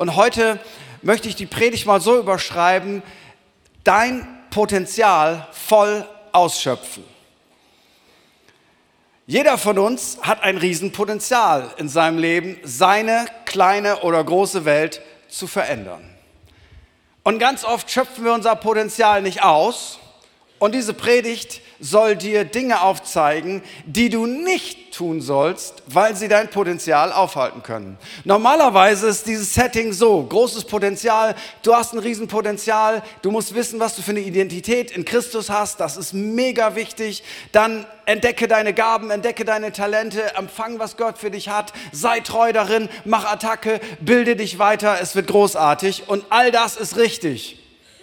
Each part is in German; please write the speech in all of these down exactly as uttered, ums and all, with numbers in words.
Und heute möchte ich die Predigt mal so überschreiben: Dein Potenzial voll ausschöpfen. Jeder von uns hat ein Riesenpotenzial in seinem Leben, seine kleine oder große Welt zu verändern. Und ganz oft schöpfen wir unser Potenzial nicht aus. Und diese Predigt soll dir Dinge aufzeigen, die du nicht tun sollst, weil sie dein Potenzial aufhalten können. Normalerweise ist dieses Setting so: großes Potenzial, du hast ein Riesenpotenzial, du musst wissen, was du für eine Identität in Christus hast, das ist mega wichtig. Dann entdecke deine Gaben, entdecke deine Talente, empfang, was Gott für dich hat, sei treu darin, mach Attacke, bilde dich weiter, es wird großartig und all das ist richtig.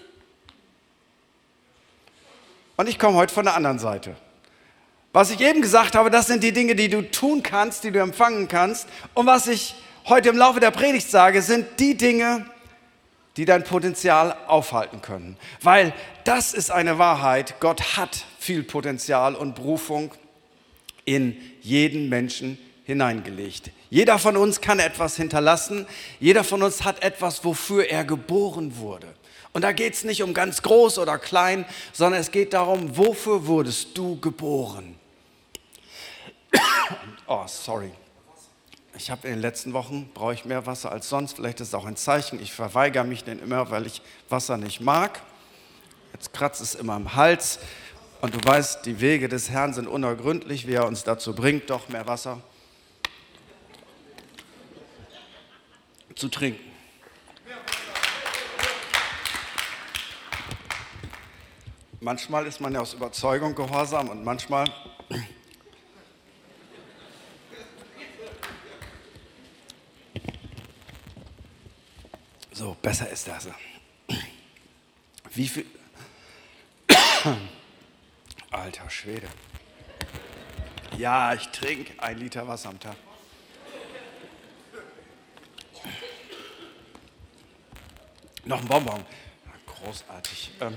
Und ich komme heute von der anderen Seite. Was ich eben gesagt habe, das sind die Dinge, die du tun kannst, die du empfangen kannst. Und was ich heute im Laufe der Predigt sage, sind die Dinge, die dein Potenzial aufhalten können. Weil das ist eine Wahrheit. Gott hat viel Potenzial und Berufung in jeden Menschen hineingelegt. Jeder von uns kann etwas hinterlassen. Jeder von uns hat etwas, wofür er geboren wurde. Und da geht es nicht um ganz groß oder klein, sondern es geht darum, wofür wurdest du geboren? Oh, sorry. Ich habe in den letzten Wochen, brauche ich mehr Wasser als sonst. Vielleicht ist es auch ein Zeichen. Ich verweigere mich denn immer, weil ich Wasser nicht mag. Jetzt kratzt es immer im Hals. Und du weißt, die Wege des Herrn sind unergründlich, wie er uns dazu bringt, doch mehr Wasser zu trinken. Manchmal ist man ja aus Überzeugung gehorsam und manchmal so, besser ist das. Wie viel? Alter Schwede. Ja, ich trinke ein Liter Wasser am Tag. Noch ein Bonbon. Großartig. Ähm,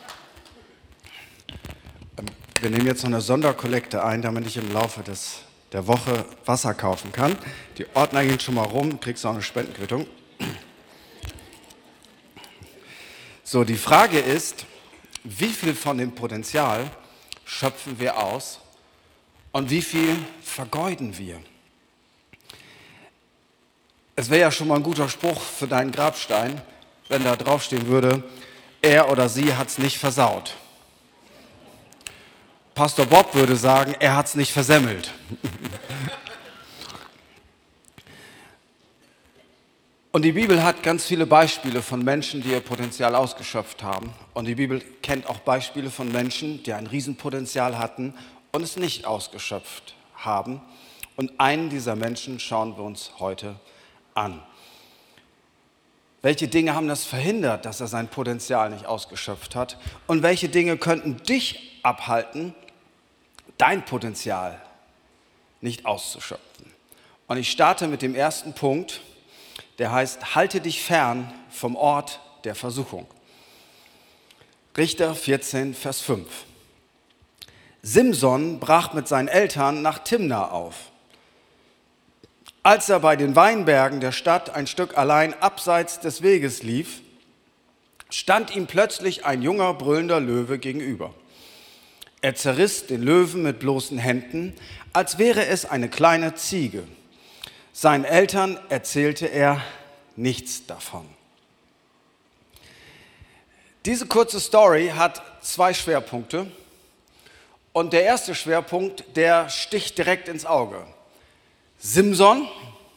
Wir nehmen jetzt noch eine Sonderkollekte ein, damit ich im Laufe des, der Woche Wasser kaufen kann. Die Ordner gehen schon mal rum, kriegst auch eine Spendenquittung. So, die Frage ist, wie viel von dem Potenzial schöpfen wir aus und wie viel vergeuden wir? Es wäre ja schon mal ein guter Spruch für deinen Grabstein, wenn da draufstehen würde: Er oder sie hat es nicht versaut. Pastor Bob würde sagen, er hat es nicht versemmelt. Und die Bibel hat ganz viele Beispiele von Menschen, die ihr Potenzial ausgeschöpft haben. Und die Bibel kennt auch Beispiele von Menschen, die ein Riesenpotenzial hatten und es nicht ausgeschöpft haben. Und einen dieser Menschen schauen wir uns heute an. Welche Dinge haben das verhindert, dass er sein Potenzial nicht ausgeschöpft hat? Und welche Dinge könnten dich abhalten, dein Potenzial nicht auszuschöpfen? Und ich starte mit dem ersten Punkt, der heißt: Halte dich fern vom Ort der Versuchung. Richter vierzehn, Vers fünf. Simson brach mit seinen Eltern nach Timna auf. Als er bei den Weinbergen der Stadt ein Stück allein abseits des Weges lief, stand ihm plötzlich ein junger, brüllender Löwe gegenüber. Er zerriss den Löwen mit bloßen Händen, als wäre es eine kleine Ziege. Seinen Eltern erzählte er nichts davon. Diese kurze Story hat zwei Schwerpunkte. Und der erste Schwerpunkt, der sticht direkt ins Auge. Simson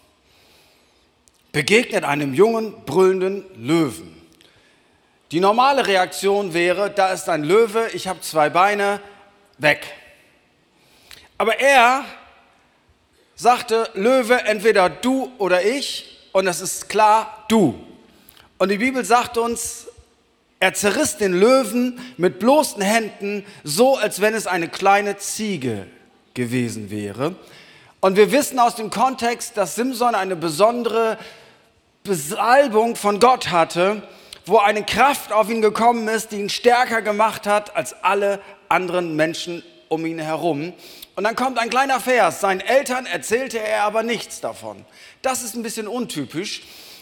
begegnet einem jungen, brüllenden Löwen. Die normale Reaktion wäre: Da ist ein Löwe, ich habe zwei Beine, weg. Aber er sagte: Löwe, entweder du oder ich, und es ist klar, du. Und die Bibel sagt uns, er zerriss den Löwen mit bloßen Händen, so als wenn es eine kleine Ziege gewesen wäre. Und wir wissen aus dem Kontext, dass Simson eine besondere Besalbung von Gott hatte, wo eine Kraft auf ihn gekommen ist, die ihn stärker gemacht hat als alle anderen Menschen um ihn herum. Und dann kommt ein kleiner Vers: Seinen Eltern erzählte er aber nichts davon. Das ist ein bisschen untypisch.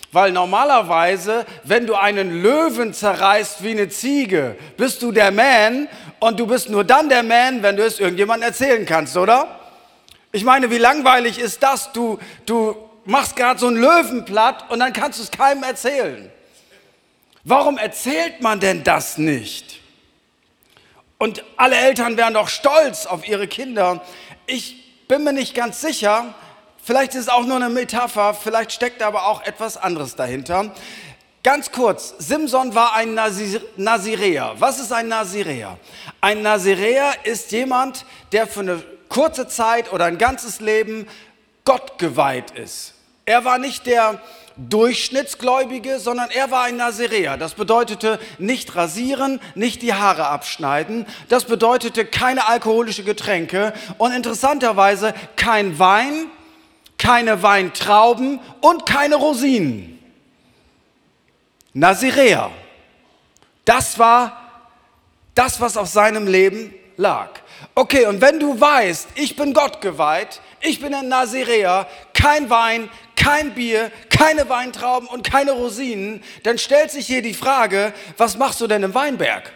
Weil normalerweise, wenn du einen Löwen zerreißt wie eine Ziege, bist du der Man und du bist nur dann der Man, wenn du es irgendjemandem erzählen kannst, oder? Ich meine, wie langweilig ist das? Du, du machst gerade so einen Löwen platt und dann kannst du es keinem erzählen. Warum erzählt man denn das nicht? Und alle Eltern wären doch stolz auf ihre Kinder. Ich bin mir nicht ganz sicher, vielleicht ist es auch nur eine Metapher, vielleicht steckt aber auch etwas anderes dahinter. Ganz kurz, Simson war ein Nasir- Naziräer. Was ist ein Naziräer? Ein Naziräer ist jemand, der für eine kurze Zeit oder ein ganzes Leben Gott geweiht ist. Er war nicht der Durchschnittsgläubige, sondern er war ein Naziräer. Das bedeutete nicht rasieren, nicht die Haare abschneiden. Das bedeutete keine alkoholischen Getränke und interessanterweise kein Wein, keine Weintrauben und keine Rosinen. Naziräer. Das war das, was auf seinem Leben lag. Okay, und wenn du weißt, ich bin Gott geweiht, ich bin ein Naziräer, kein Wein, kein Bier, keine Weintrauben und keine Rosinen, dann stellt sich hier die Frage, was machst du denn im Weinberg?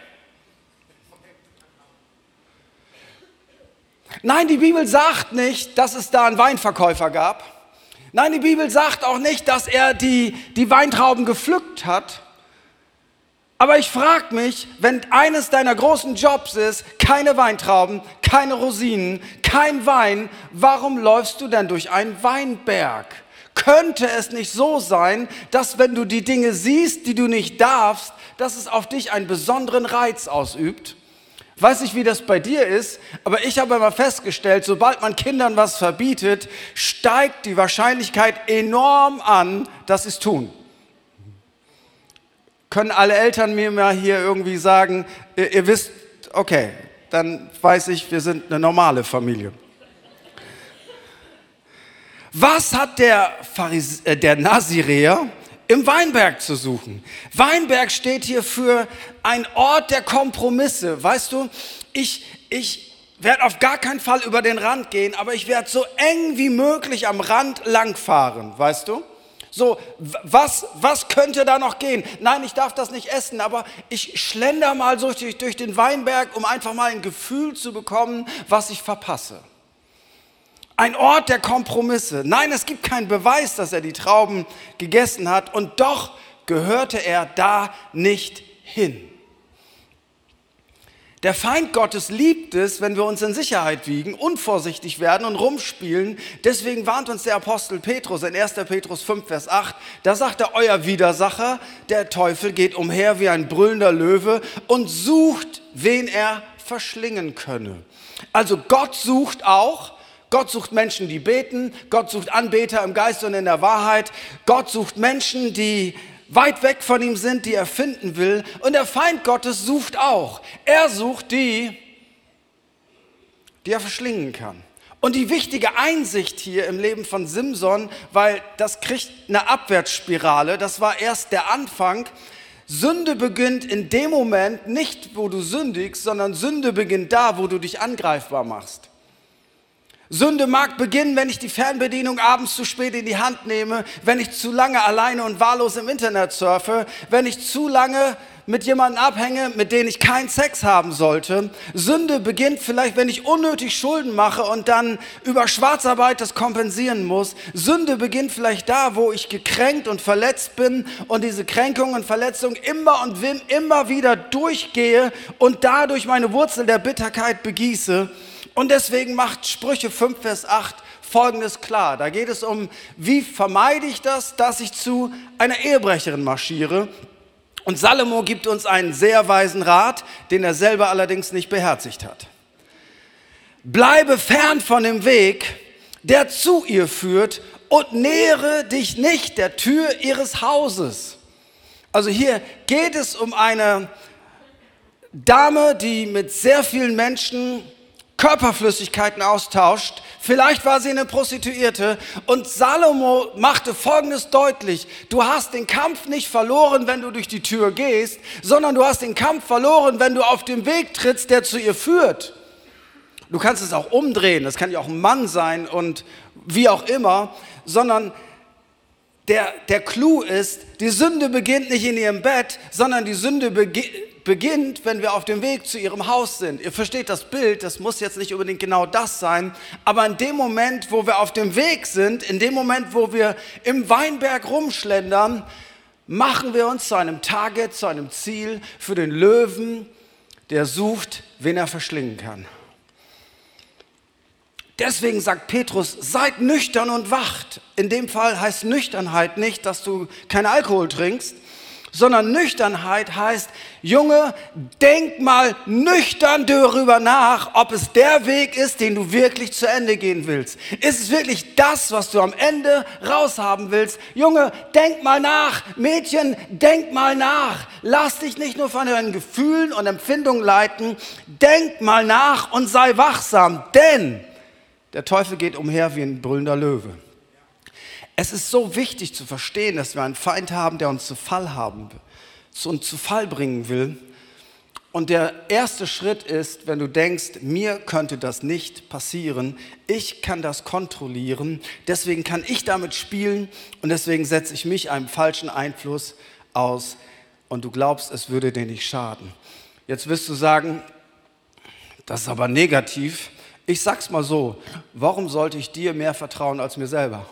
Nein, die Bibel sagt nicht, dass es da einen Weinverkäufer gab. Nein, die Bibel sagt auch nicht, dass er die, die Weintrauben gepflückt hat. Aber ich frage mich, wenn eines deiner großen Jobs ist, keine Weintrauben, keine Rosinen, kein Wein, warum läufst du denn durch einen Weinberg? Könnte es nicht so sein, dass wenn du die Dinge siehst, die du nicht darfst, dass es auf dich einen besonderen Reiz ausübt? Weiß nicht, wie das bei dir ist, aber ich habe mal festgestellt, sobald man Kindern was verbietet, steigt die Wahrscheinlichkeit enorm an, dass sie es tun. Können alle Eltern mir mal hier irgendwie sagen, ihr, ihr wisst, okay, dann weiß ich, wir sind eine normale Familie. Was hat der, Pharise- äh, der Naziräer im Weinberg zu suchen? Weinberg steht hier für ein Ort der Kompromisse. Weißt du, ich, ich werde auf gar keinen Fall über den Rand gehen, aber ich werde so eng wie möglich am Rand langfahren, weißt du? So, was, was könnte da noch gehen? Nein, ich darf das nicht essen, aber ich schlender mal so durch, durch den Weinberg, um einfach mal ein Gefühl zu bekommen, was ich verpasse. Ein Ort der Kompromisse. Nein, es gibt keinen Beweis, dass er die Trauben gegessen hat und doch gehörte er da nicht hin. Der Feind Gottes liebt es, wenn wir uns in Sicherheit wiegen, unvorsichtig werden und rumspielen. Deswegen warnt uns der Apostel Petrus in erster Petrus fünf, Vers acht. Da sagt er, euer Widersacher, der Teufel, geht umher wie ein brüllender Löwe und sucht, wen er verschlingen könne. Also Gott sucht auch, Gott sucht Menschen, die beten. Gott sucht Anbeter im Geist und in der Wahrheit. Gott sucht Menschen, die weit weg von ihm sind, die er finden will. Und der Feind Gottes sucht auch. Er sucht die, die er verschlingen kann. Und die wichtige Einsicht hier im Leben von Simson, weil das kriegt eine Abwärtsspirale, das war erst der Anfang. Sünde beginnt in dem Moment nicht, wo du sündigst, sondern Sünde beginnt da, wo du dich angreifbar machst. Sünde mag beginnen, wenn ich die Fernbedienung abends zu spät in die Hand nehme, wenn ich zu lange alleine und wahllos im Internet surfe, wenn ich zu lange mit jemandem abhänge, mit dem ich keinen Sex haben sollte. Sünde beginnt vielleicht, wenn ich unnötig Schulden mache und dann über Schwarzarbeit das kompensieren muss. Sünde beginnt vielleicht da, wo ich gekränkt und verletzt bin und diese Kränkung und Verletzung immer und immer wieder durchgehe und dadurch meine Wurzel der Bitterkeit begieße. Und deswegen macht Sprüche fünf, Vers acht Folgendes klar. Da geht es um, wie vermeide ich das, dass ich zu einer Ehebrecherin marschiere. Und Salomo gibt uns einen sehr weisen Rat, den er selber allerdings nicht beherzigt hat. Bleibe fern von dem Weg, der zu ihr führt, und nähere dich nicht der Tür ihres Hauses. Also hier geht es um eine Dame, die mit sehr vielen Menschen Körperflüssigkeiten austauscht. Vielleicht war sie eine Prostituierte und Salomo machte Folgendes deutlich. Du hast den Kampf nicht verloren, wenn du durch die Tür gehst, sondern du hast den Kampf verloren, wenn du auf den Weg trittst, der zu ihr führt. Du kannst es auch umdrehen, das kann ja auch ein Mann sein und wie auch immer, sondern der, der Clou ist, die Sünde beginnt nicht in ihrem Bett, sondern die Sünde begi- beginnt, wenn wir auf dem Weg zu ihrem Haus sind. Ihr versteht das Bild, das muss jetzt nicht unbedingt genau das sein, aber in dem Moment, wo wir auf dem Weg sind, in dem Moment, wo wir im Weinberg rumschlendern, machen wir uns zu einem Target, zu einem Ziel für den Löwen, der sucht, wen er verschlingen kann. Deswegen sagt Petrus, seid nüchtern und wacht. In dem Fall heißt Nüchternheit nicht, dass du keinen Alkohol trinkst, sondern Nüchternheit heißt, Junge, denk mal nüchtern darüber nach, ob es der Weg ist, den du wirklich zu Ende gehen willst. Ist es wirklich das, was du am Ende raushaben willst? Junge, denk mal nach. Mädchen, denk mal nach. Lass dich nicht nur von deinen Gefühlen und Empfindungen leiten. Denk mal nach und sei wachsam, denn der Teufel geht umher wie ein brüllender Löwe. Es ist so wichtig zu verstehen, dass wir einen Feind haben, der uns zu Fall haben, zu uns zu Fall bringen will. Und der erste Schritt ist, wenn du denkst, mir könnte das nicht passieren, ich kann das kontrollieren, deswegen kann ich damit spielen und deswegen setze ich mich einem falschen Einfluss aus und du glaubst, es würde dir nicht schaden. Jetzt wirst du sagen, das ist aber negativ. Ich sag's mal so, warum sollte ich dir mehr vertrauen als mir selber?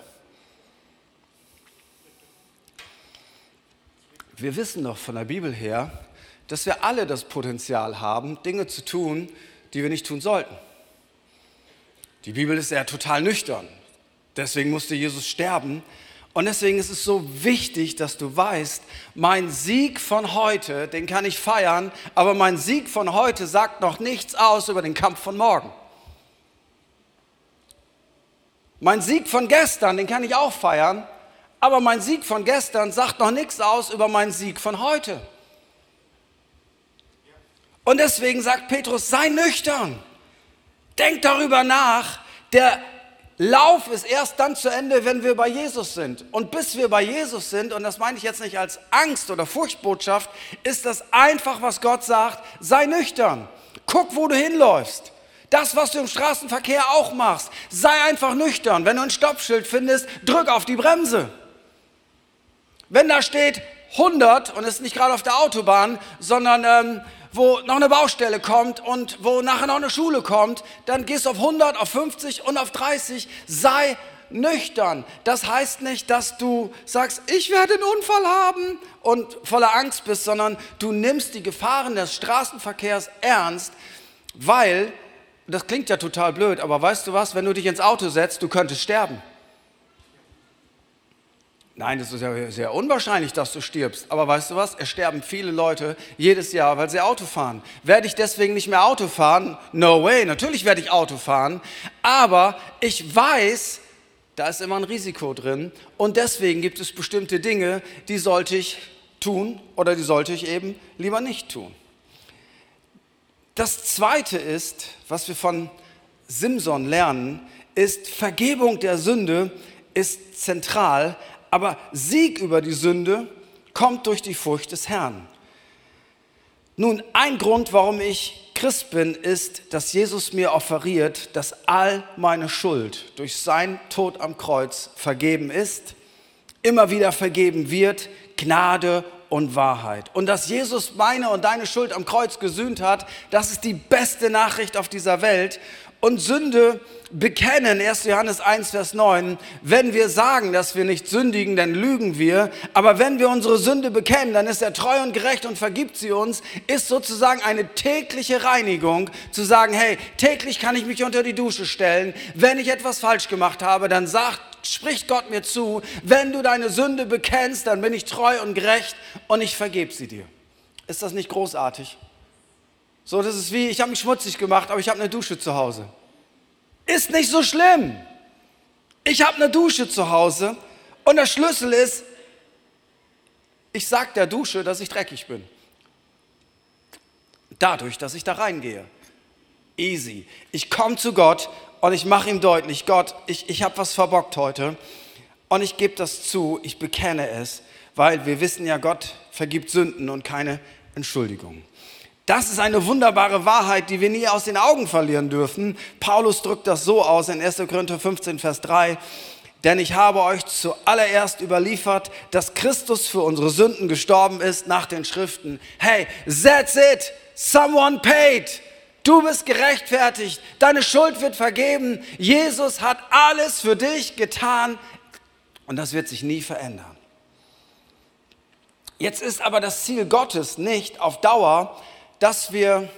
Wir wissen doch von der Bibel her, dass wir alle das Potenzial haben, Dinge zu tun, die wir nicht tun sollten. Die Bibel ist ja total nüchtern. Deswegen musste Jesus sterben. Und deswegen ist es so wichtig, dass du weißt, mein Sieg von heute, den kann ich feiern, aber mein Sieg von heute sagt noch nichts aus über den Kampf von morgen. Mein Sieg von gestern, den kann ich auch feiern, aber mein Sieg von gestern sagt noch nichts aus über meinen Sieg von heute. Und deswegen sagt Petrus, sei nüchtern. Denk darüber nach. Der Lauf ist erst dann zu Ende, wenn wir bei Jesus sind. Und bis wir bei Jesus sind, und das meine ich jetzt nicht als Angst oder Furchtbotschaft, ist das einfach, was Gott sagt, sei nüchtern. Guck, wo du hinläufst. Das, was du im Straßenverkehr auch machst, sei einfach nüchtern. Wenn du ein Stoppschild findest, drück auf die Bremse. Wenn da steht hundert und es ist nicht gerade auf der Autobahn, sondern ähm, wo noch eine Baustelle kommt und wo nachher noch eine Schule kommt, dann gehst du auf hundert, auf fünfzig und auf dreißig. Sei nüchtern. Das heißt nicht, dass du sagst, ich werde einen Unfall haben und voller Angst bist, sondern du nimmst die Gefahren des Straßenverkehrs ernst, weil, das klingt ja total blöd, aber weißt du was, wenn du dich ins Auto setzt, du könntest sterben. Nein, das ist ja sehr unwahrscheinlich, dass du stirbst. Aber weißt du was? Es sterben viele Leute jedes Jahr, weil sie Auto fahren. Werde ich deswegen nicht mehr Auto fahren? No way, natürlich werde ich Auto fahren. Aber ich weiß, da ist immer ein Risiko drin. Und deswegen gibt es bestimmte Dinge, die sollte ich tun oder die sollte ich eben lieber nicht tun. Das Zweite ist, was wir von Simson lernen, ist, Vergebung der Sünde ist zentral. Aber Sieg über die Sünde kommt durch die Furcht des Herrn. Nun, ein Grund, warum ich Christ bin, ist, dass Jesus mir offeriert, dass all meine Schuld durch seinen Tod am Kreuz vergeben ist, immer wieder vergeben wird, Gnade und Wahrheit. Und dass Jesus meine und deine Schuld am Kreuz gesühnt hat, das ist die beste Nachricht auf dieser Welt. Und Sünde bekennen, erster Johannes eins, Vers neun, wenn wir sagen, dass wir nicht sündigen, dann lügen wir. Aber wenn wir unsere Sünde bekennen, dann ist er treu und gerecht und vergibt sie uns, ist sozusagen eine tägliche Reinigung, zu sagen, hey, täglich kann ich mich unter die Dusche stellen. Wenn ich etwas falsch gemacht habe, dann sagt, spricht Gott mir zu, wenn du deine Sünde bekennst, dann bin ich treu und gerecht und ich vergebe sie dir. Ist das nicht großartig? So, das ist wie, ich habe mich schmutzig gemacht, aber ich habe eine Dusche zu Hause. Ist nicht so schlimm. Ich habe eine Dusche zu Hause und der Schlüssel ist, ich sage der Dusche, dass ich dreckig bin. Dadurch, dass ich da reingehe. Easy. Ich komme zu Gott und ich mache ihm deutlich, Gott, ich, ich habe was verbockt heute und ich gebe das zu, ich bekenne es, weil wir wissen ja, Gott vergibt Sünden und keine Entschuldigung. Das ist eine wunderbare Wahrheit, die wir nie aus den Augen verlieren dürfen. Paulus drückt das so aus in erster Korinther fünfzehn, Vers drei. Denn ich habe euch zuallererst überliefert, dass Christus für unsere Sünden gestorben ist nach den Schriften. Hey, that's it. Someone paid. Du bist gerechtfertigt. Deine Schuld wird vergeben. Jesus hat alles für dich getan und das wird sich nie verändern. Jetzt ist aber das Ziel Gottes nicht auf Dauer, dass wir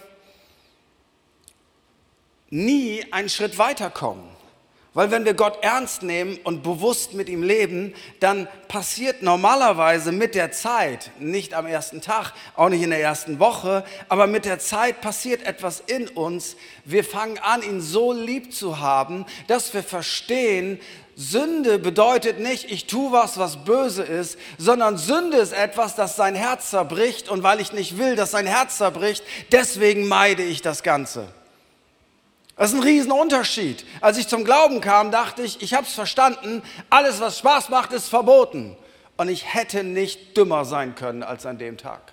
nie einen Schritt weiterkommen. Weil wenn wir Gott ernst nehmen und bewusst mit ihm leben, dann passiert normalerweise mit der Zeit, nicht am ersten Tag, auch nicht in der ersten Woche, aber mit der Zeit passiert etwas in uns. Wir fangen an, ihn so lieb zu haben, dass wir verstehen, Sünde bedeutet nicht, ich tue was, was böse ist, sondern Sünde ist etwas, das sein Herz zerbricht. Und weil ich nicht will, dass sein Herz zerbricht, deswegen meide ich das Ganze. Das ist ein Riesenunterschied. Als ich zum Glauben kam, dachte ich, ich habe es verstanden, alles, was Spaß macht, ist verboten. Und ich hätte nicht dümmer sein können als an dem Tag.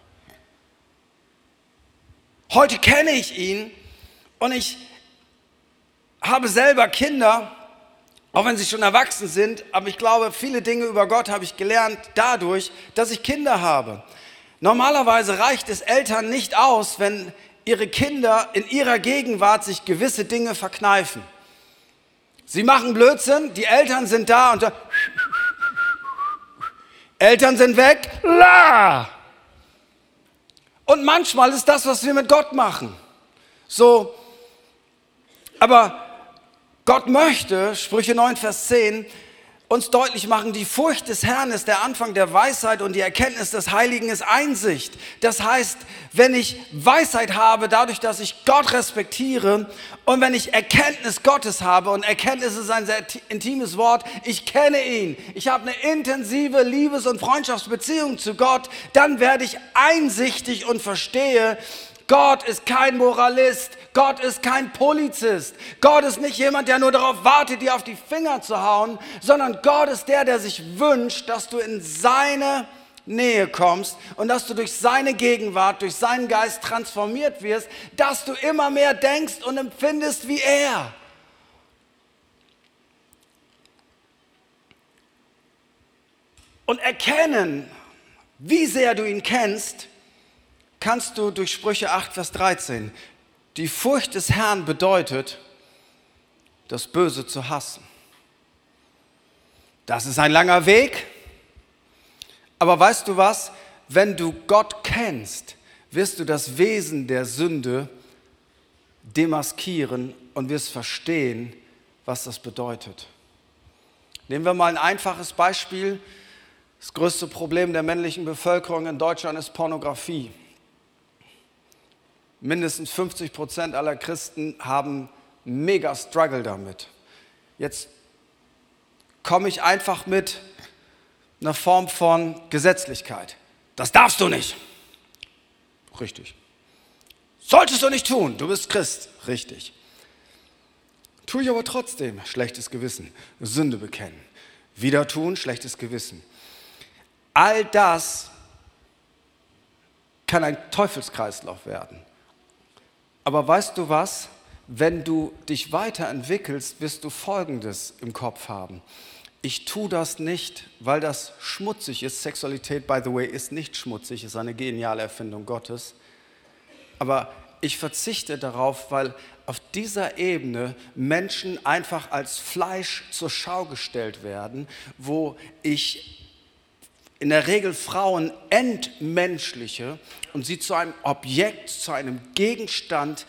Heute kenne ich ihn und ich habe selber Kinder, auch wenn sie schon erwachsen sind, aber ich glaube, viele Dinge über Gott habe ich gelernt dadurch, dass ich Kinder habe. Normalerweise reicht es Eltern nicht aus, wenn ihre Kinder in ihrer Gegenwart sich gewisse Dinge verkneifen. Sie machen Blödsinn, die Eltern sind da und da. Eltern sind weg. La! Und manchmal ist das, was wir mit Gott machen. So, aber Gott möchte, Sprüche neun, Vers zehn, uns deutlich machen, die Furcht des Herrn ist der Anfang der Weisheit und die Erkenntnis des Heiligen ist Einsicht. Das heißt, wenn ich Weisheit habe, dadurch, dass ich Gott respektiere und wenn ich Erkenntnis Gottes habe, und Erkenntnis ist ein sehr intimes Wort, ich kenne ihn, ich habe eine intensive Liebes- und Freundschaftsbeziehung zu Gott, dann werde ich einsichtig und verstehe, Gott ist kein Moralist, Gott ist kein Polizist, Gott ist nicht jemand, der nur darauf wartet, dir auf die Finger zu hauen, sondern Gott ist der, der sich wünscht, dass du in seine Nähe kommst und dass du durch seine Gegenwart, durch seinen Geist transformiert wirst, dass du immer mehr denkst und empfindest wie er. Und erkennen, wie sehr du ihn kennst, kannst du durch Sprüche acht, Vers dreizehn. Die Furcht des Herrn bedeutet, das Böse zu hassen. Das ist ein langer Weg, aber weißt du was? Wenn du Gott kennst, wirst du das Wesen der Sünde demaskieren und wirst verstehen, was das bedeutet. Nehmen wir mal ein einfaches Beispiel. Das größte Problem der männlichen Bevölkerung in Deutschland ist Pornografie. Mindestens fünfzig Prozent aller Christen haben mega Struggle damit. Jetzt komme ich einfach mit einer Form von Gesetzlichkeit. Das darfst du nicht. Richtig. Solltest du nicht tun, du bist Christ. Richtig. Tue ich aber trotzdem, schlechtes Gewissen. Sünde bekennen. Wieder tun, schlechtes Gewissen. All das kann ein Teufelskreislauf werden. Aber weißt du was? Wenn du dich weiterentwickelst, wirst du Folgendes im Kopf haben. Ich tue das nicht, weil das schmutzig ist. Sexualität, by the way, ist nicht schmutzig, ist eine geniale Erfindung Gottes. Aber ich verzichte darauf, weil auf dieser Ebene Menschen einfach als Fleisch zur Schau gestellt werden, wo ich in der Regel Frauen entmenschliche und sie zu einem Objekt, zu einem Gegenstand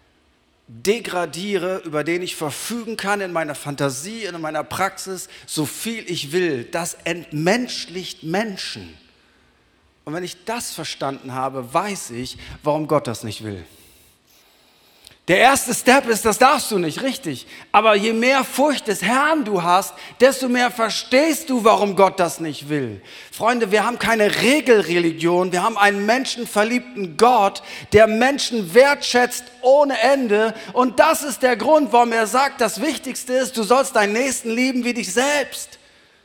degradiere, über den ich verfügen kann in meiner Fantasie, in meiner Praxis, so viel ich will. Das entmenschlicht Menschen. Und wenn ich das verstanden habe, weiß ich, warum Gott das nicht will. Der erste Step ist, das darfst du nicht, richtig. Aber je mehr Furcht des Herrn du hast, desto mehr verstehst du, warum Gott das nicht will. Freunde, wir haben keine Regelreligion, wir haben einen menschenverliebten Gott, der Menschen wertschätzt ohne Ende. Und das ist der Grund, warum er sagt, das Wichtigste ist, du sollst deinen Nächsten lieben wie dich selbst.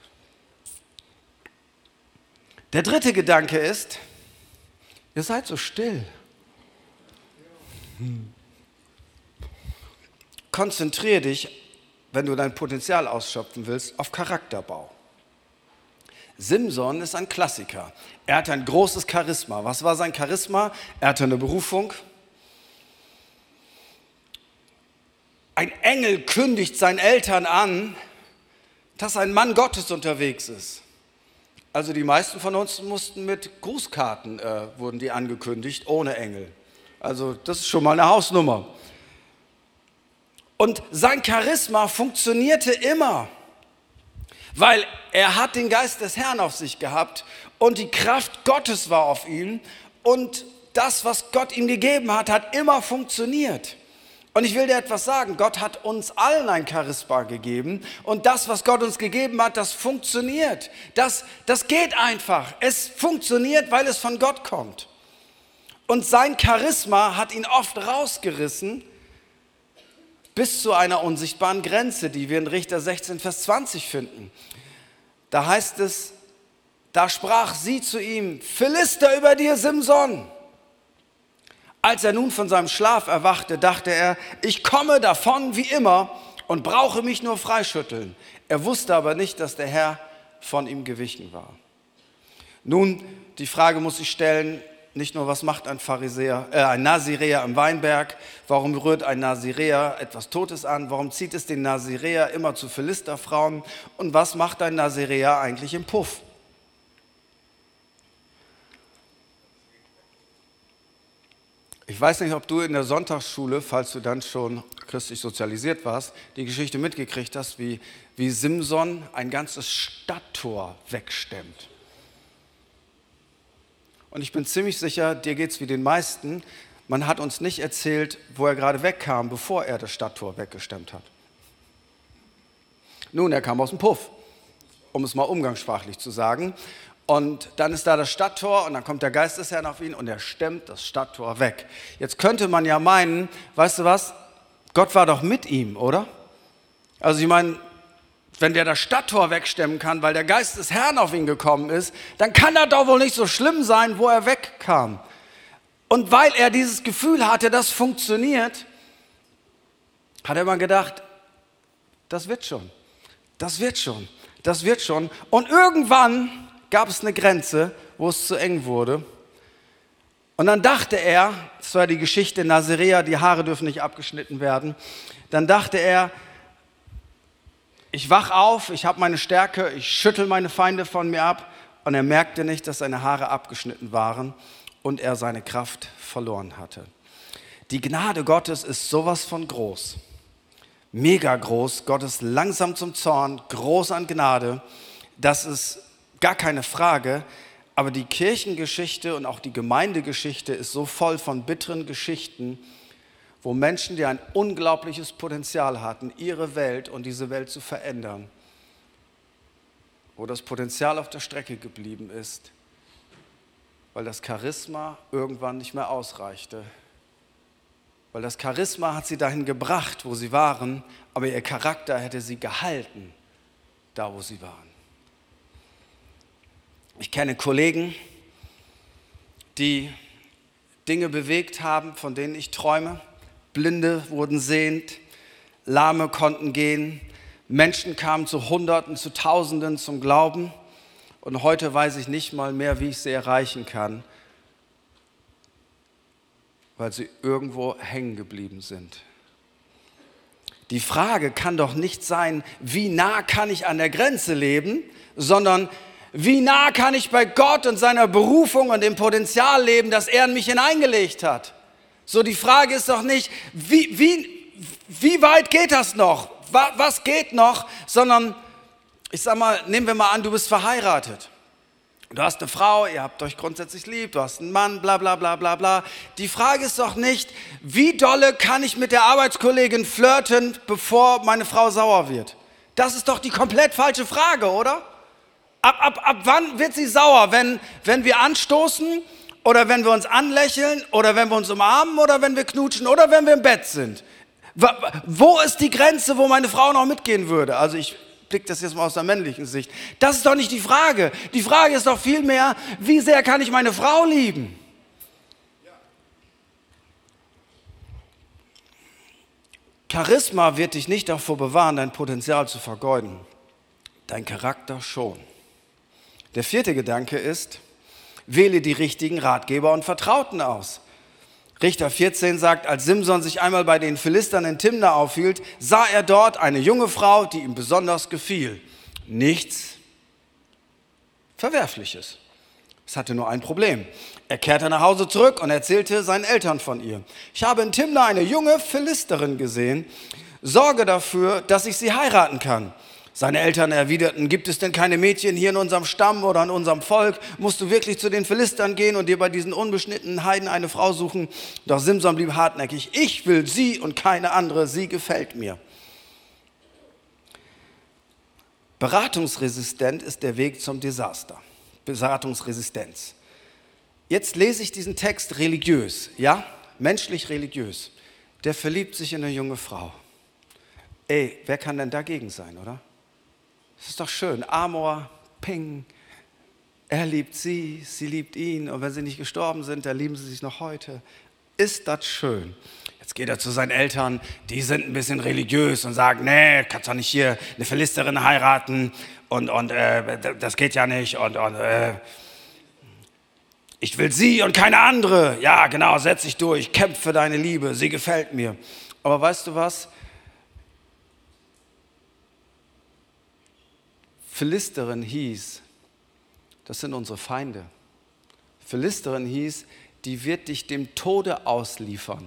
Der dritte Gedanke ist, ihr seid so still. Hm. Konzentriere dich wenn du dein Potenzial ausschöpfen willst, auf Charakterbau. Simson ist ein Klassiker. Er hatte ein großes Charisma. Was war sein Charisma? Er hatte eine Berufung. Ein Engel kündigt seinen Eltern an, dass ein Mann Gottes unterwegs ist. Also die meisten von uns mussten mit Grußkarten, äh, wurden die angekündigt, ohne Engel. Also das ist schon mal eine Hausnummer. Und sein Charisma funktionierte immer, weil er hat den Geist des Herrn auf sich gehabt und die Kraft Gottes war auf ihm und das, was Gott ihm gegeben hat, hat immer funktioniert. Und ich will dir etwas sagen, Gott hat uns allen ein Charisma gegeben und das, was Gott uns gegeben hat, das funktioniert. Das, das geht einfach. Es funktioniert, weil es von Gott kommt. Und sein Charisma hat ihn oft rausgerissen bis zu einer unsichtbaren Grenze, die wir in Richter sechzehn, Vers zwanzig finden. Da heißt es, da sprach sie zu ihm, Philister über dir, Simson. Als er nun von seinem Schlaf erwachte, dachte er, ich komme davon wie immer und brauche mich nur freischütteln. Er wusste aber nicht, dass der Herr von ihm gewichen war. Nun, die Frage muss ich stellen, nicht nur, was macht ein Pharisäer, äh, ein Naziräer am Weinberg, warum rührt ein Naziräer etwas Totes an, warum zieht es den Naziräer immer zu Philisterfrauen und was macht ein Naziräer eigentlich im Puff? Ich weiß nicht, ob du in der Sonntagsschule, falls du dann schon christlich sozialisiert warst, die Geschichte mitgekriegt hast, wie, wie Simson ein ganzes Stadttor wegstemmt. Und ich bin ziemlich sicher, dir geht es wie den meisten, man hat uns nicht erzählt, wo er gerade wegkam, bevor er das Stadttor weggestemmt hat. Nun, er kam aus dem Puff, um es mal umgangssprachlich zu sagen. Und dann ist da das Stadttor und dann kommt der Geist des Herrn auf ihn und er stemmt das Stadttor weg. Jetzt könnte man ja meinen, weißt du was, Gott war doch mit ihm, oder? Also ich meine, wenn der das Stadttor wegstemmen kann, weil der Geist des Herrn auf ihn gekommen ist, dann kann das doch wohl nicht so schlimm sein, wo er wegkam. Und weil er dieses Gefühl hatte, das funktioniert, hat er mal gedacht, das wird schon, das wird schon, das wird schon. Und irgendwann gab es eine Grenze, wo es zu eng wurde. Und dann dachte er, das war die Geschichte Naziräer, die Haare dürfen nicht abgeschnitten werden, dann dachte er, ich wach auf, ich habe meine Stärke, ich schüttel meine Feinde von mir ab. Und er merkte nicht, dass seine Haare abgeschnitten waren und er seine Kraft verloren hatte. Die Gnade Gottes ist sowas von groß, mega groß. Gott ist langsam zum Zorn, groß an Gnade. Das ist gar keine Frage, aber die Kirchengeschichte und auch die Gemeindegeschichte ist so voll von bitteren Geschichten, wo Menschen, die ein unglaubliches Potenzial hatten, ihre Welt und diese Welt zu verändern, wo das Potenzial auf der Strecke geblieben ist, weil das Charisma irgendwann nicht mehr ausreichte. Weil das Charisma hat sie dahin gebracht, wo sie waren, aber ihr Charakter hätte sie gehalten, da wo sie waren. Ich kenne Kollegen, die Dinge bewegt haben, von denen ich träume. Blinde wurden sehend, Lahme konnten gehen, Menschen kamen zu Hunderten, zu Tausenden zum Glauben. Und heute weiß ich nicht mal mehr, wie ich sie erreichen kann, weil sie irgendwo hängen geblieben sind. Die Frage kann doch nicht sein, wie nah kann ich an der Grenze leben, sondern wie nah kann ich bei Gott und seiner Berufung und dem Potenzial leben, das er in mich hineingelegt hat. So, die Frage ist doch nicht, wie, wie, wie weit geht das noch? Was geht noch? Sondern, ich sag mal, nehmen wir mal an, du bist verheiratet. Du hast eine Frau, ihr habt euch grundsätzlich lieb, du hast einen Mann, bla bla bla bla bla. Die Frage ist doch nicht, wie dolle kann ich mit der Arbeitskollegin flirten, bevor meine Frau sauer wird? Das ist doch die komplett falsche Frage, oder? Ab, ab, ab wann wird sie sauer? Wenn, wenn wir anstoßen oder wenn wir uns anlächeln oder wenn wir uns umarmen oder wenn wir knutschen oder wenn wir im Bett sind? Wo ist die Grenze, wo meine Frau noch mitgehen würde? Also ich blicke das jetzt mal aus der männlichen Sicht. Das ist doch nicht die Frage. Die Frage ist doch vielmehr, wie sehr kann ich meine Frau lieben? Charisma wird dich nicht davor bewahren, dein Potenzial zu vergeuden. Dein Charakter schon. Der vierte Gedanke ist, wähle die richtigen Ratgeber und Vertrauten aus. Richter vierzehn sagt, als Simson sich einmal bei den Philistern in Timna aufhielt, sah er dort eine junge Frau, die ihm besonders gefiel. Nichts Verwerfliches. Es hatte nur ein Problem. Er kehrte nach Hause zurück und erzählte seinen Eltern von ihr. Ich habe in Timna eine junge Philisterin gesehen. Sorge dafür, dass ich sie heiraten kann. Seine Eltern erwiderten, gibt es denn keine Mädchen hier in unserem Stamm oder in unserem Volk? Musst du wirklich zu den Philistern gehen und dir bei diesen unbeschnittenen Heiden eine Frau suchen? Doch Simson blieb hartnäckig. Ich will sie und keine andere, sie gefällt mir. Beratungsresistent ist der Weg zum Desaster. Beratungsresistenz. Jetzt lese ich diesen Text religiös, ja, menschlich religiös. Der verliebt sich in eine junge Frau. Ey, wer kann denn dagegen sein, oder? Das ist doch schön. Amor, Ping. Er liebt sie, sie liebt ihn. Und wenn sie nicht gestorben sind, dann lieben sie sich noch heute. Ist das schön? Jetzt geht er zu seinen Eltern, die sind ein bisschen religiös und sagen, nee, kannst doch nicht hier eine Philisterin heiraten und, und äh, das geht ja nicht und, und äh, ich will sie und keine andere. Ja, genau, setz dich durch, kämpf für deine Liebe, sie gefällt mir. Aber weißt du was? Philisterin hieß, das sind unsere Feinde. Philisterin hieß, die wird dich dem Tode ausliefern.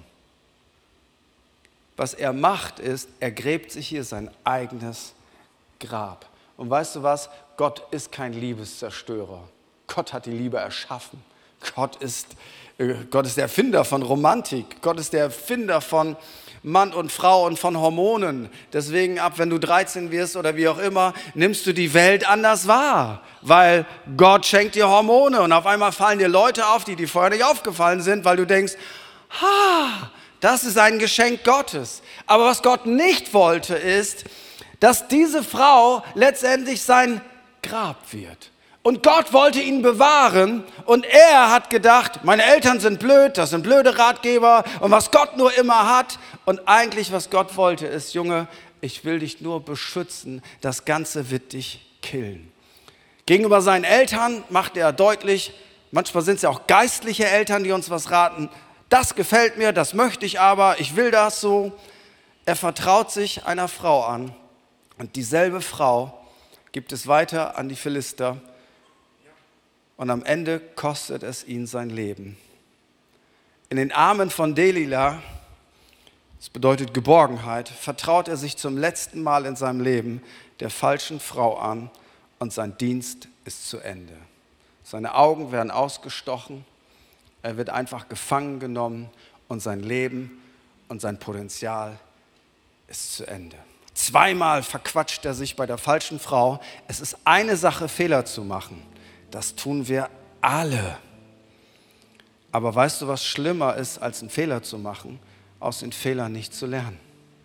Was er macht ist, er gräbt sich hier sein eigenes Grab. Und weißt du was? Gott ist kein Liebeszerstörer. Gott hat die Liebe erschaffen. Gott ist, äh, Gott ist der Erfinder von Romantik. Gott ist der Erfinder von Mann und Frau und von Hormonen. Deswegen ab, wenn du dreizehn wirst oder wie auch immer, nimmst du die Welt anders wahr. Weil Gott schenkt dir Hormone und auf einmal fallen dir Leute auf, die dir vorher nicht aufgefallen sind, weil du denkst, ha, das ist ein Geschenk Gottes. Aber was Gott nicht wollte, ist, dass diese Frau letztendlich sein Grab wird. Und Gott wollte ihn bewahren und er hat gedacht, meine Eltern sind blöd, das sind blöde Ratgeber und was Gott nur immer hat. Und eigentlich, was Gott wollte, ist, Junge, ich will dich nur beschützen, das Ganze wird dich killen. Gegenüber seinen Eltern macht er deutlich, manchmal sind es ja auch geistliche Eltern, die uns was raten, das gefällt mir, das möchte ich aber, ich will das so. Er vertraut sich einer Frau an und dieselbe Frau gibt es weiter an die Philister. Und am Ende kostet es ihn sein Leben. In den Armen von Delila, das bedeutet Geborgenheit, vertraut er sich zum letzten Mal in seinem Leben der falschen Frau an und sein Dienst ist zu Ende. Seine Augen werden ausgestochen, er wird einfach gefangen genommen und sein Leben und sein Potenzial ist zu Ende. Zweimal verquatscht er sich bei der falschen Frau. Es ist eine Sache, Fehler zu machen. Das tun wir alle. Aber weißt du, was schlimmer ist, als einen Fehler zu machen? Aus den Fehlern nicht zu lernen.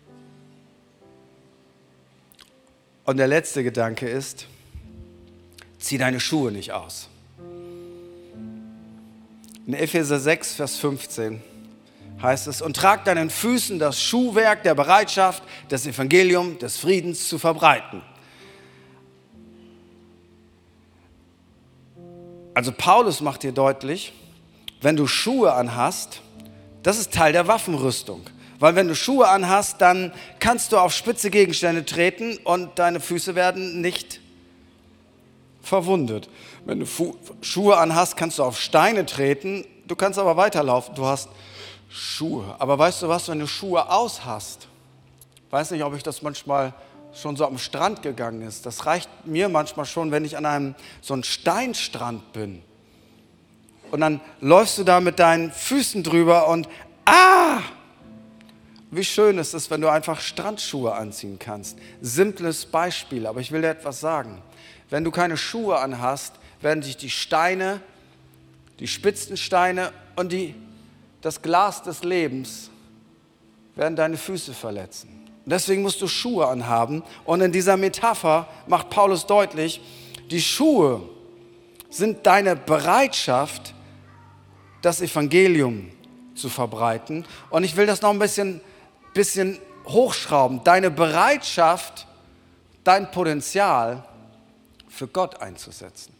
Und der letzte Gedanke ist, zieh deine Schuhe nicht aus. In Epheser sechs, Vers fünfzehn heißt es, und trag deinen Füßen das Schuhwerk der Bereitschaft, das Evangelium des Friedens zu verbreiten. Also Paulus macht dir deutlich, wenn du Schuhe anhast, das ist Teil der Waffenrüstung. Weil wenn du Schuhe anhast, dann kannst du auf spitze Gegenstände treten und deine Füße werden nicht verwundet. Wenn du Fu- Schuhe anhast, kannst du auf Steine treten, du kannst aber weiterlaufen, du hast Schuhe. Aber weißt du was, wenn du Schuhe aus hast, weiß nicht, ob ich das manchmal schon so am Strand gegangen ist. Das reicht mir manchmal schon, wenn ich an einem so einem Steinstrand bin. Und dann läufst du da mit deinen Füßen drüber und ah! Wie schön ist es, wenn du einfach Strandschuhe anziehen kannst. Simples Beispiel, aber ich will dir etwas sagen. Wenn du keine Schuhe anhast, werden sich die Steine, die spitzen Steine und die, das Glas des Lebens werden deine Füße verletzen. Deswegen musst du Schuhe anhaben. Und in dieser Metapher macht Paulus deutlich, die Schuhe sind deine Bereitschaft, das Evangelium zu verbreiten. Und ich will das noch ein bisschen, bisschen hochschrauben, deine Bereitschaft, dein Potenzial für Gott einzusetzen.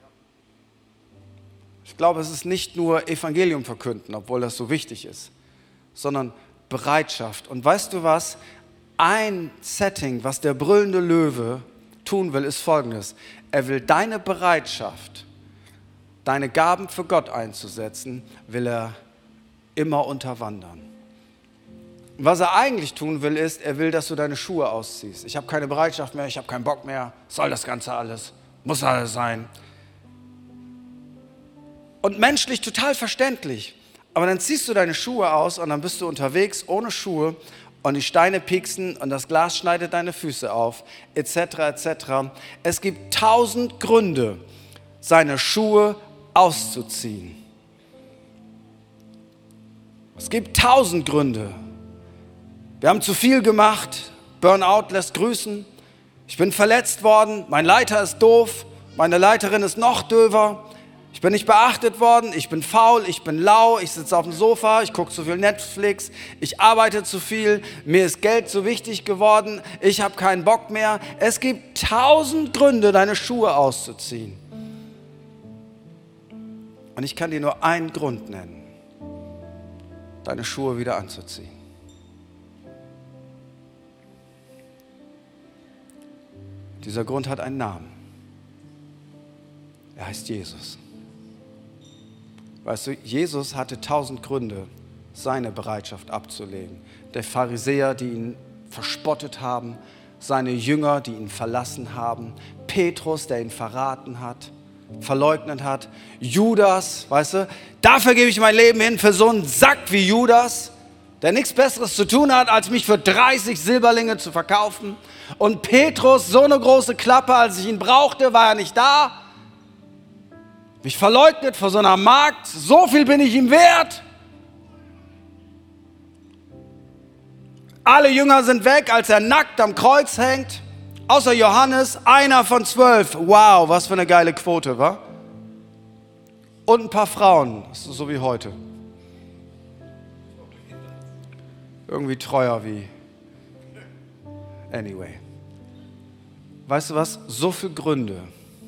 Ich glaube, es ist nicht nur Evangelium verkünden, obwohl das so wichtig ist, sondern Bereitschaft. Und weißt du was? Ein Setting, was der brüllende Löwe tun will, ist folgendes. Er will deine Bereitschaft, deine Gaben für Gott einzusetzen, will er immer unterwandern. Was er eigentlich tun will, ist, er will, dass du deine Schuhe ausziehst. Ich habe keine Bereitschaft mehr, ich habe keinen Bock mehr, soll das Ganze alles, muss alles sein. Und menschlich total verständlich. Aber dann ziehst du deine Schuhe aus und dann bist du unterwegs ohne Schuhe und die Steine pieksen und das Glas schneidet deine Füße auf, et cetera et cetera. Es gibt tausend Gründe, seine Schuhe auszuziehen. Es gibt tausend Gründe. Wir haben zu viel gemacht, Burnout lässt grüßen, ich bin verletzt worden, mein Leiter ist doof, meine Leiterin ist noch döver. Ich bin nicht beachtet worden, ich bin faul, ich bin lau, ich sitze auf dem Sofa, ich gucke zu viel Netflix, ich arbeite zu viel, mir ist Geld zu wichtig geworden, ich habe keinen Bock mehr. Es gibt tausend Gründe, deine Schuhe auszuziehen. Und ich kann dir nur einen Grund nennen, deine Schuhe wieder anzuziehen. Dieser Grund hat einen Namen. Er heißt Jesus. Weißt du, Jesus hatte tausend Gründe, seine Bereitschaft abzulegen. Der Pharisäer, die ihn verspottet haben, seine Jünger, die ihn verlassen haben, Petrus, der ihn verraten hat, verleugnet hat, Judas, weißt du, dafür gebe ich mein Leben hin für so einen Sack wie Judas, der nichts Besseres zu tun hat, als mich für dreißig Silberlinge zu verkaufen. Und Petrus, so eine große Klappe, als ich ihn brauchte, war er nicht da. Mich verleugnet vor so einer Magd, so viel bin ich ihm wert. Alle Jünger sind weg, als er nackt am Kreuz hängt, außer Johannes, einer von zwölf. Wow, was für eine geile Quote, wa? Und ein paar Frauen, so wie heute. Irgendwie treuer wie. Anyway. Weißt du was? So viele Gründe,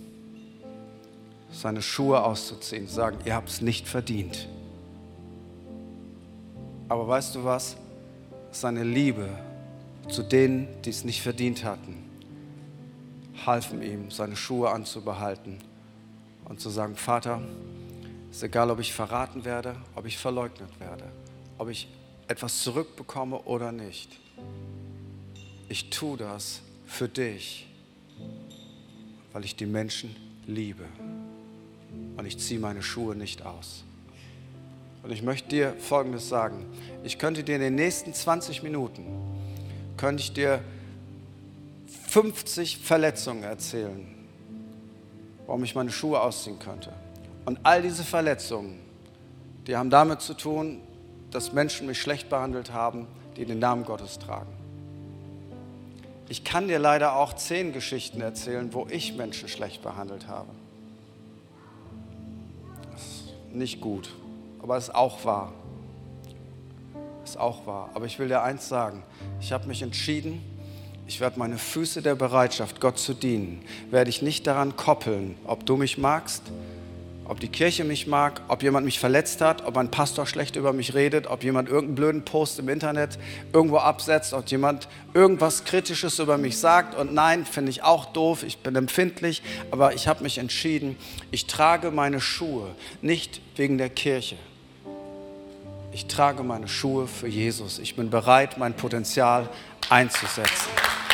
seine Schuhe auszuziehen, sagen, ihr habt es nicht verdient. Aber weißt du was? Seine Liebe zu denen, die es nicht verdient hatten, halfen ihm, seine Schuhe anzubehalten und zu sagen, Vater, ist egal, ob ich verraten werde, ob ich verleugnet werde, ob ich etwas zurückbekomme oder nicht. Ich tue das für dich, weil ich die Menschen liebe. Und ich ziehe meine Schuhe nicht aus. Und ich möchte dir Folgendes sagen. Ich könnte dir in den nächsten zwanzig Minuten, könnte ich dir fünfzig Verletzungen erzählen, warum ich meine Schuhe ausziehen könnte. Und all diese Verletzungen, die haben damit zu tun, dass Menschen mich schlecht behandelt haben, die den Namen Gottes tragen. Ich kann dir leider auch zehn Geschichten erzählen, wo ich Menschen schlecht behandelt habe. Das ist nicht gut, aber es ist auch wahr. Es ist auch wahr. Aber ich will dir eins sagen, ich habe mich entschieden, ich werde meine Füße der Bereitschaft, Gott zu dienen, werde ich nicht daran koppeln, ob du mich magst, ob die Kirche mich mag, ob jemand mich verletzt hat, ob ein Pastor schlecht über mich redet, ob jemand irgendeinen blöden Post im Internet irgendwo absetzt, ob jemand irgendwas Kritisches über mich sagt. Und nein, finde ich auch doof, ich bin empfindlich, aber ich habe mich entschieden, ich trage meine Schuhe nicht wegen der Kirche. Ich trage meine Schuhe für Jesus. Ich bin bereit, mein Potenzial einzusetzen.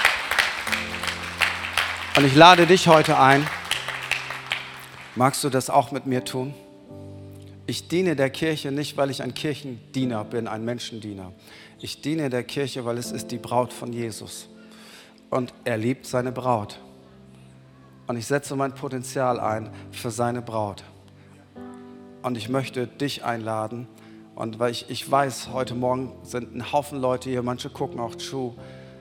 Und ich lade dich heute ein, magst du das auch mit mir tun? Ich diene der Kirche nicht, weil ich ein Kirchendiener bin, ein Menschendiener. Ich diene der Kirche, weil es ist die Braut von Jesus. Und er liebt seine Braut. Und ich setze mein Potenzial ein für seine Braut. Und ich möchte dich einladen. Und weil ich, ich weiß, heute Morgen sind ein Haufen Leute hier, manche gucken auch zu.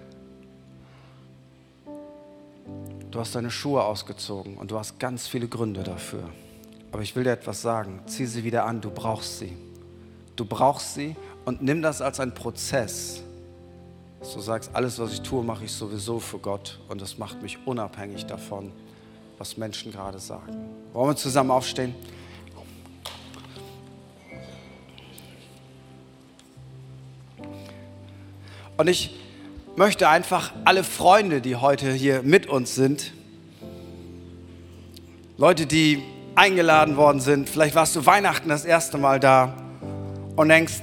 Du hast deine Schuhe ausgezogen und du hast ganz viele Gründe dafür. Aber ich will dir etwas sagen, zieh sie wieder an, du brauchst sie. Du brauchst sie und nimm das als einen Prozess, Dass du sagst, alles, was ich tue, mache ich sowieso für Gott und das macht mich unabhängig davon, was Menschen gerade sagen. Wollen wir zusammen aufstehen? Und ich möchte einfach alle Freunde, die heute hier mit uns sind, Leute, die eingeladen worden sind, vielleicht warst du Weihnachten das erste Mal da und denkst,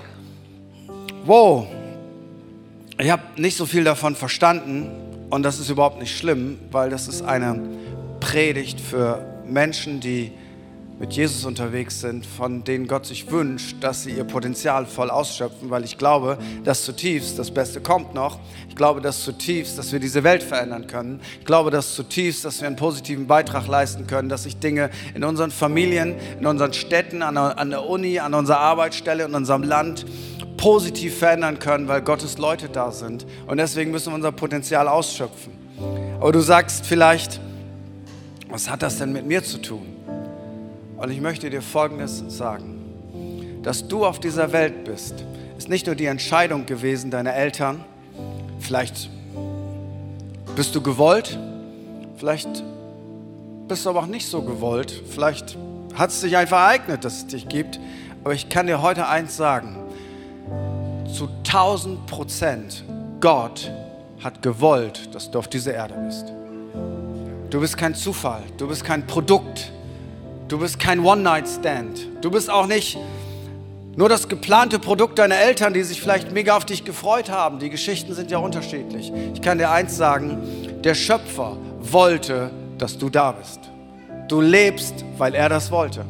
wow, ich habe nicht so viel davon verstanden und das ist überhaupt nicht schlimm, weil das ist eine Predigt für Menschen, die mit Jesus unterwegs sind, von denen Gott sich wünscht, dass sie ihr Potenzial voll ausschöpfen, weil ich glaube, dass zutiefst das Beste kommt noch. Ich glaube, dass zutiefst, dass wir diese Welt verändern können. Ich glaube, dass zutiefst, dass wir einen positiven Beitrag leisten können, dass sich Dinge in unseren Familien, in unseren Städten, an der, an der Uni, an unserer Arbeitsstelle, in unserem Land positiv verändern können, weil Gottes Leute da sind. Und deswegen müssen wir unser Potenzial ausschöpfen. Aber du sagst vielleicht, was hat das denn mit mir zu tun? Und ich möchte dir Folgendes sagen. Dass du auf dieser Welt bist, ist nicht nur die Entscheidung gewesen deiner Eltern. Vielleicht bist du gewollt, vielleicht bist du aber auch nicht so gewollt. Vielleicht hat es sich einfach ereignet, dass es dich gibt. Aber ich kann dir heute eins sagen. Zu tausend Prozent Gott hat gewollt, dass du auf dieser Erde bist. Du bist kein Zufall, du bist kein Produkt, du bist kein One-Night-Stand. Du bist auch nicht nur das geplante Produkt deiner Eltern, die sich vielleicht mega auf dich gefreut haben. Die Geschichten sind ja unterschiedlich. Ich kann dir eins sagen, der Schöpfer wollte, dass du da bist. Du lebst, weil er das wollte.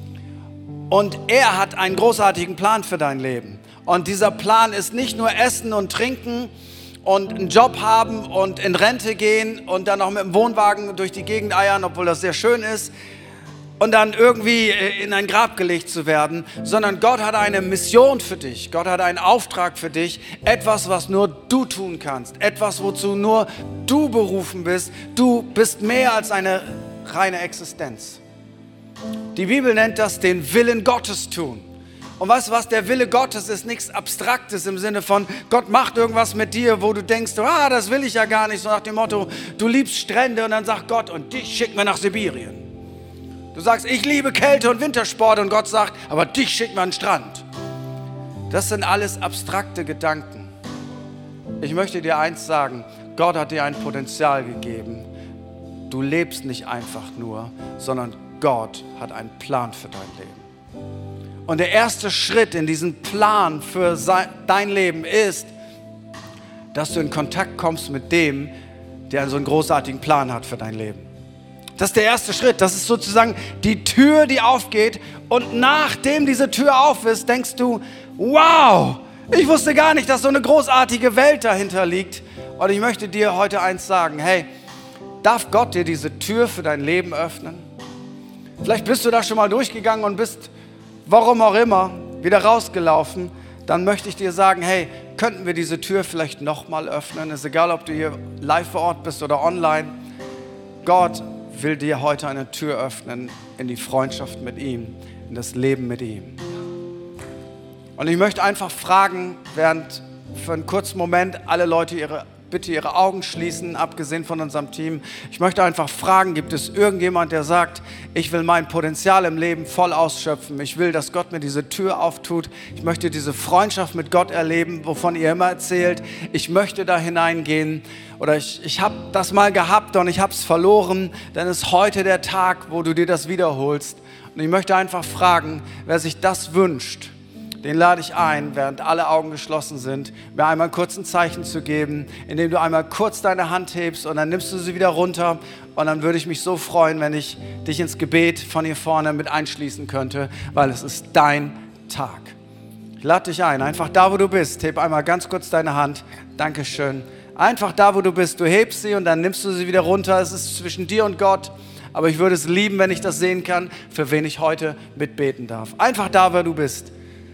Und er hat einen großartigen Plan für dein Leben. Und dieser Plan ist nicht nur Essen und Trinken und einen Job haben und in Rente gehen und dann noch mit dem Wohnwagen durch die Gegend eiern, obwohl das sehr schön ist, und dann irgendwie in ein Grab gelegt zu werden, sondern Gott hat eine Mission für dich. Gott hat einen Auftrag für dich. Etwas, was nur du tun kannst. Etwas, wozu nur du berufen bist. Du bist mehr als eine reine Existenz. Die Bibel nennt das den Willen Gottes tun. Und weißt du was, der Wille Gottes ist nichts Abstraktes im Sinne von, Gott macht irgendwas mit dir, wo du denkst, ah, das will ich ja gar nicht. So nach dem Motto, du liebst Strände und dann sagt Gott, und dich schickt mir nach Sibirien. Du sagst, ich liebe Kälte und Wintersport und Gott sagt, aber dich schickt mir an den Strand. Das sind alles abstrakte Gedanken. Ich möchte dir eins sagen, Gott hat dir ein Potenzial gegeben. Du lebst nicht einfach nur, sondern Gott hat einen Plan für dein Leben. Und der erste Schritt in diesen Plan für dein Leben ist, dass du in Kontakt kommst mit dem, der so einen großartigen Plan hat für dein Leben. Das ist der erste Schritt. Das ist sozusagen die Tür, die aufgeht. Und nachdem diese Tür auf ist, denkst du, wow, ich wusste gar nicht, dass so eine großartige Welt dahinter liegt. Und ich möchte dir heute eins sagen, hey, darf Gott dir diese Tür für dein Leben öffnen? Vielleicht bist du da schon mal durchgegangen und bist, warum auch immer, wieder rausgelaufen. Dann möchte ich dir sagen, hey, könnten wir diese Tür vielleicht nochmal öffnen? Ist egal, ob du hier live vor Ort bist oder online. Gott will dir heute eine Tür öffnen in die Freundschaft mit ihm, in das Leben mit ihm. Und ich möchte einfach fragen, während für einen kurzen Moment alle Leute ihre, bitte ihre Augen schließen, abgesehen von unserem Team. Ich möchte einfach fragen, gibt es irgendjemand, der sagt, ich will mein Potenzial im Leben voll ausschöpfen. Ich will, dass Gott mir diese Tür auftut. Ich möchte diese Freundschaft mit Gott erleben, wovon ihr immer erzählt. Ich möchte da hineingehen. Oder ich, ich habe das mal gehabt und ich habe es verloren. Dann ist heute der Tag, wo du dir das wiederholst. Und ich möchte einfach fragen, wer sich das wünscht, den lade ich ein, während alle Augen geschlossen sind, mir einmal kurz ein Zeichen zu geben, indem du einmal kurz deine Hand hebst und dann nimmst du sie wieder runter. Und dann würde ich mich so freuen, wenn ich dich ins Gebet von hier vorne mit einschließen könnte, weil es ist dein Tag. Ich lade dich ein, einfach da, wo du bist, heb einmal ganz kurz deine Hand. Dankeschön. Einfach da, wo du bist, du hebst sie und dann nimmst du sie wieder runter. Es ist zwischen dir und Gott. Aber ich würde es lieben, wenn ich das sehen kann, für wen ich heute mitbeten darf. Einfach da, wo du bist.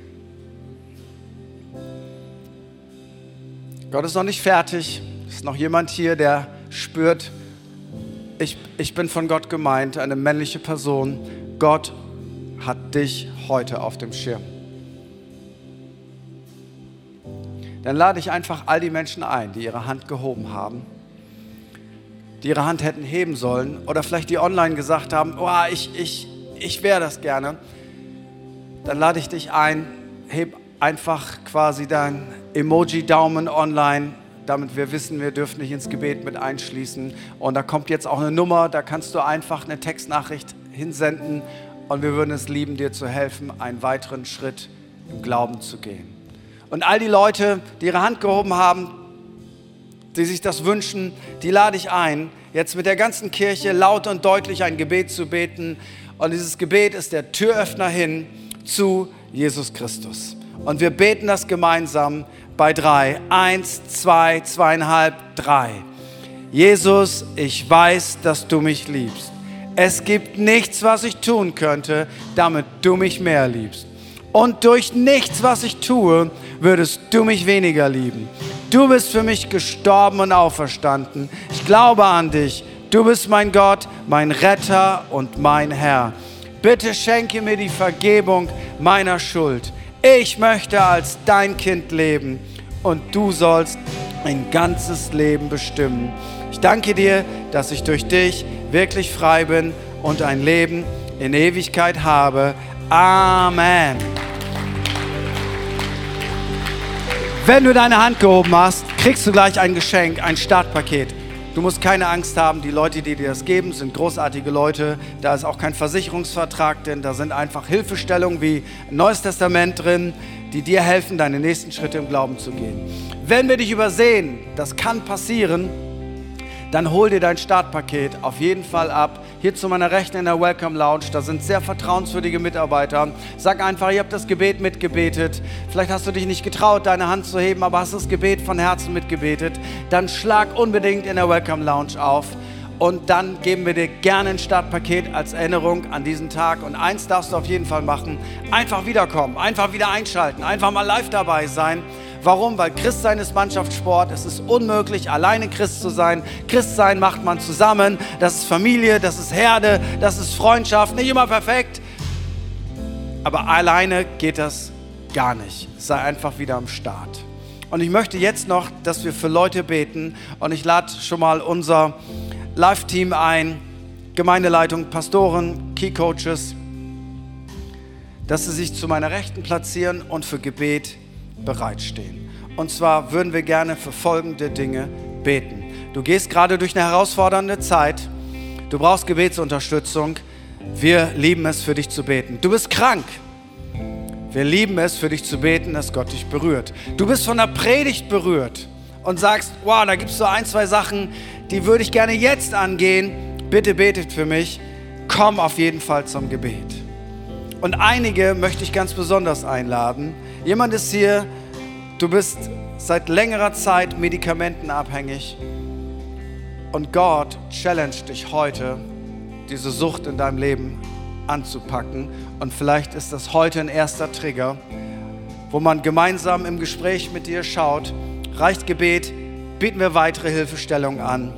Gott ist noch nicht fertig. Es ist noch jemand hier, der spürt, ich, ich bin von Gott gemeint, eine männliche Person. Gott hat dich heute auf dem Schirm. dann lade ich einfach all die Menschen ein, die ihre Hand gehoben haben, die ihre Hand hätten heben sollen oder vielleicht die online gesagt haben, oh, ich, ich, ich wäre das gerne. Dann lade ich dich ein, heb einfach quasi dein Emoji-Daumen online, damit wir wissen, wir dürfen dich ins Gebet mit einschließen. Und da kommt jetzt auch eine Nummer, da kannst du einfach eine Textnachricht hinsenden und wir würden es lieben, dir zu helfen, einen weiteren Schritt im Glauben zu gehen. Und all die Leute, die ihre Hand gehoben haben, die sich das wünschen, die lade ich ein, jetzt mit der ganzen Kirche laut und deutlich ein Gebet zu beten. Und dieses Gebet ist der Türöffner hin zu Jesus Christus. Und wir beten das gemeinsam bei drei. Eins, zwei, zweieinhalb, drei. Jesus, ich weiß, dass du mich liebst. Es gibt nichts, was ich tun könnte, damit du mich mehr liebst. Und durch nichts, was ich tue, würdest du mich weniger lieben. Du bist für mich gestorben und auferstanden. Ich glaube an dich. Du bist mein Gott, mein Retter und mein Herr. Bitte schenke mir die Vergebung meiner Schuld. Ich möchte als dein Kind leben und du sollst mein ganzes Leben bestimmen. Ich danke dir, dass ich durch dich wirklich frei bin und ein Leben in Ewigkeit habe. Amen. Wenn du deine Hand gehoben hast, kriegst du gleich ein Geschenk, ein Startpaket. Du musst keine Angst haben, die Leute, die dir das geben, sind großartige Leute. Da ist auch kein Versicherungsvertrag drin, da sind einfach Hilfestellungen wie ein Neues Testament drin, die dir helfen, deine nächsten Schritte im Glauben zu gehen. Wenn wir dich übersehen, das kann passieren, dann hol dir dein Startpaket auf jeden Fall ab. Hier zu meiner Rechten in der Welcome Lounge, da sind sehr vertrauenswürdige Mitarbeiter. Sag einfach, ihr habt das Gebet mitgebetet. Vielleicht hast du dich nicht getraut, deine Hand zu heben, aber hast das Gebet von Herzen mitgebetet. Dann schlag unbedingt in der Welcome Lounge auf und dann geben wir dir gerne ein Startpaket als Erinnerung an diesen Tag. Und eins darfst du auf jeden Fall machen, einfach wiederkommen, einfach wieder einschalten, einfach mal live dabei sein. Warum? Weil Christsein ist Mannschaftssport. Es ist unmöglich, alleine Christ zu sein. Christsein macht man zusammen. Das ist Familie, das ist Herde, das ist Freundschaft. Nicht immer perfekt, aber alleine geht das gar nicht. Sei einfach wieder am Start. Und ich möchte jetzt noch, dass wir für Leute beten. Und ich lade schon mal unser Live-Team ein, Gemeindeleitung, Pastoren, Key-Coaches, dass sie sich zu meiner Rechten platzieren und für Gebet bereitstehen. Und zwar würden wir gerne für folgende Dinge beten. Du gehst gerade durch eine herausfordernde Zeit. Du brauchst Gebetsunterstützung. Wir lieben es, für dich zu beten. Du bist krank. Wir lieben es, für dich zu beten, dass Gott dich berührt. Du bist von der Predigt berührt und sagst, wow, da gibt es so ein, zwei Sachen, die würde ich gerne jetzt angehen. Bitte betet für mich. Komm auf jeden Fall zum Gebet. Und einige möchte ich ganz besonders einladen. Jemand ist hier, du bist seit längerer Zeit medikamentenabhängig und Gott challenged dich heute, diese Sucht in deinem Leben anzupacken. Und vielleicht ist das heute ein erster Trigger, wo man gemeinsam im Gespräch mit dir schaut, reicht Gebet, bieten wir weitere Hilfestellungen an.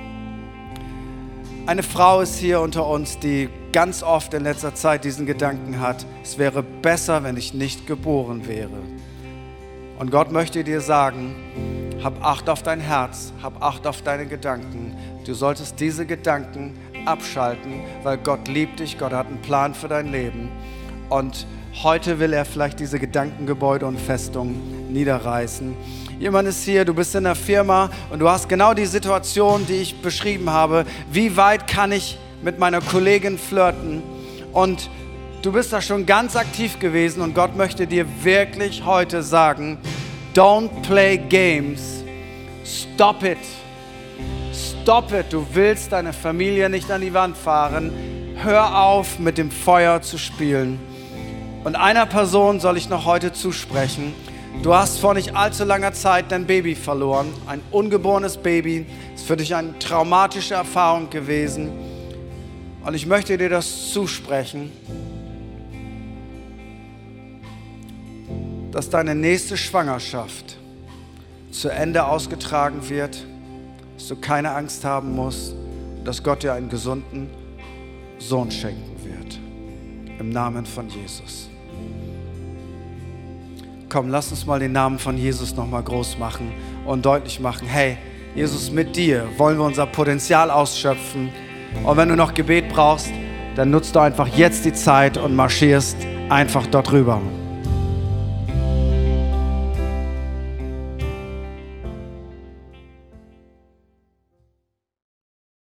Eine Frau ist hier unter uns, die ganz oft in letzter Zeit diesen Gedanken hat, es wäre besser, wenn ich nicht geboren wäre. Und Gott möchte dir sagen, hab Acht auf dein Herz, hab Acht auf deine Gedanken. Du solltest diese Gedanken abschalten, weil Gott liebt dich, Gott hat einen Plan für dein Leben. Und heute will er vielleicht diese Gedankengebäude und Festungen niederreißen. Jemand ist hier, du bist in der Firma und du hast genau die Situation, die ich beschrieben habe. Wie weit kann ich mit meiner Kollegin flirten? Und du bist da schon ganz aktiv gewesen und Gott möchte dir wirklich heute sagen, don't play games, stop it, stop it. Du willst deine Familie nicht an die Wand fahren. Hör auf, mit dem Feuer zu spielen. Und einer Person soll ich noch heute zusprechen. Du hast vor nicht allzu langer Zeit dein Baby verloren, ein ungeborenes Baby. Es ist für dich eine traumatische Erfahrung gewesen. Und ich möchte dir das zusprechen, dass deine nächste Schwangerschaft zu Ende ausgetragen wird, dass du keine Angst haben musst, dass Gott dir einen gesunden Sohn schenken wird. Im Namen von Jesus. Komm, lass uns mal den Namen von Jesus nochmal groß machen und deutlich machen, hey, Jesus, mit dir wollen wir unser Potenzial ausschöpfen. Und wenn du noch Gebet brauchst, dann nutzt du einfach jetzt die Zeit und marschierst einfach dort rüber.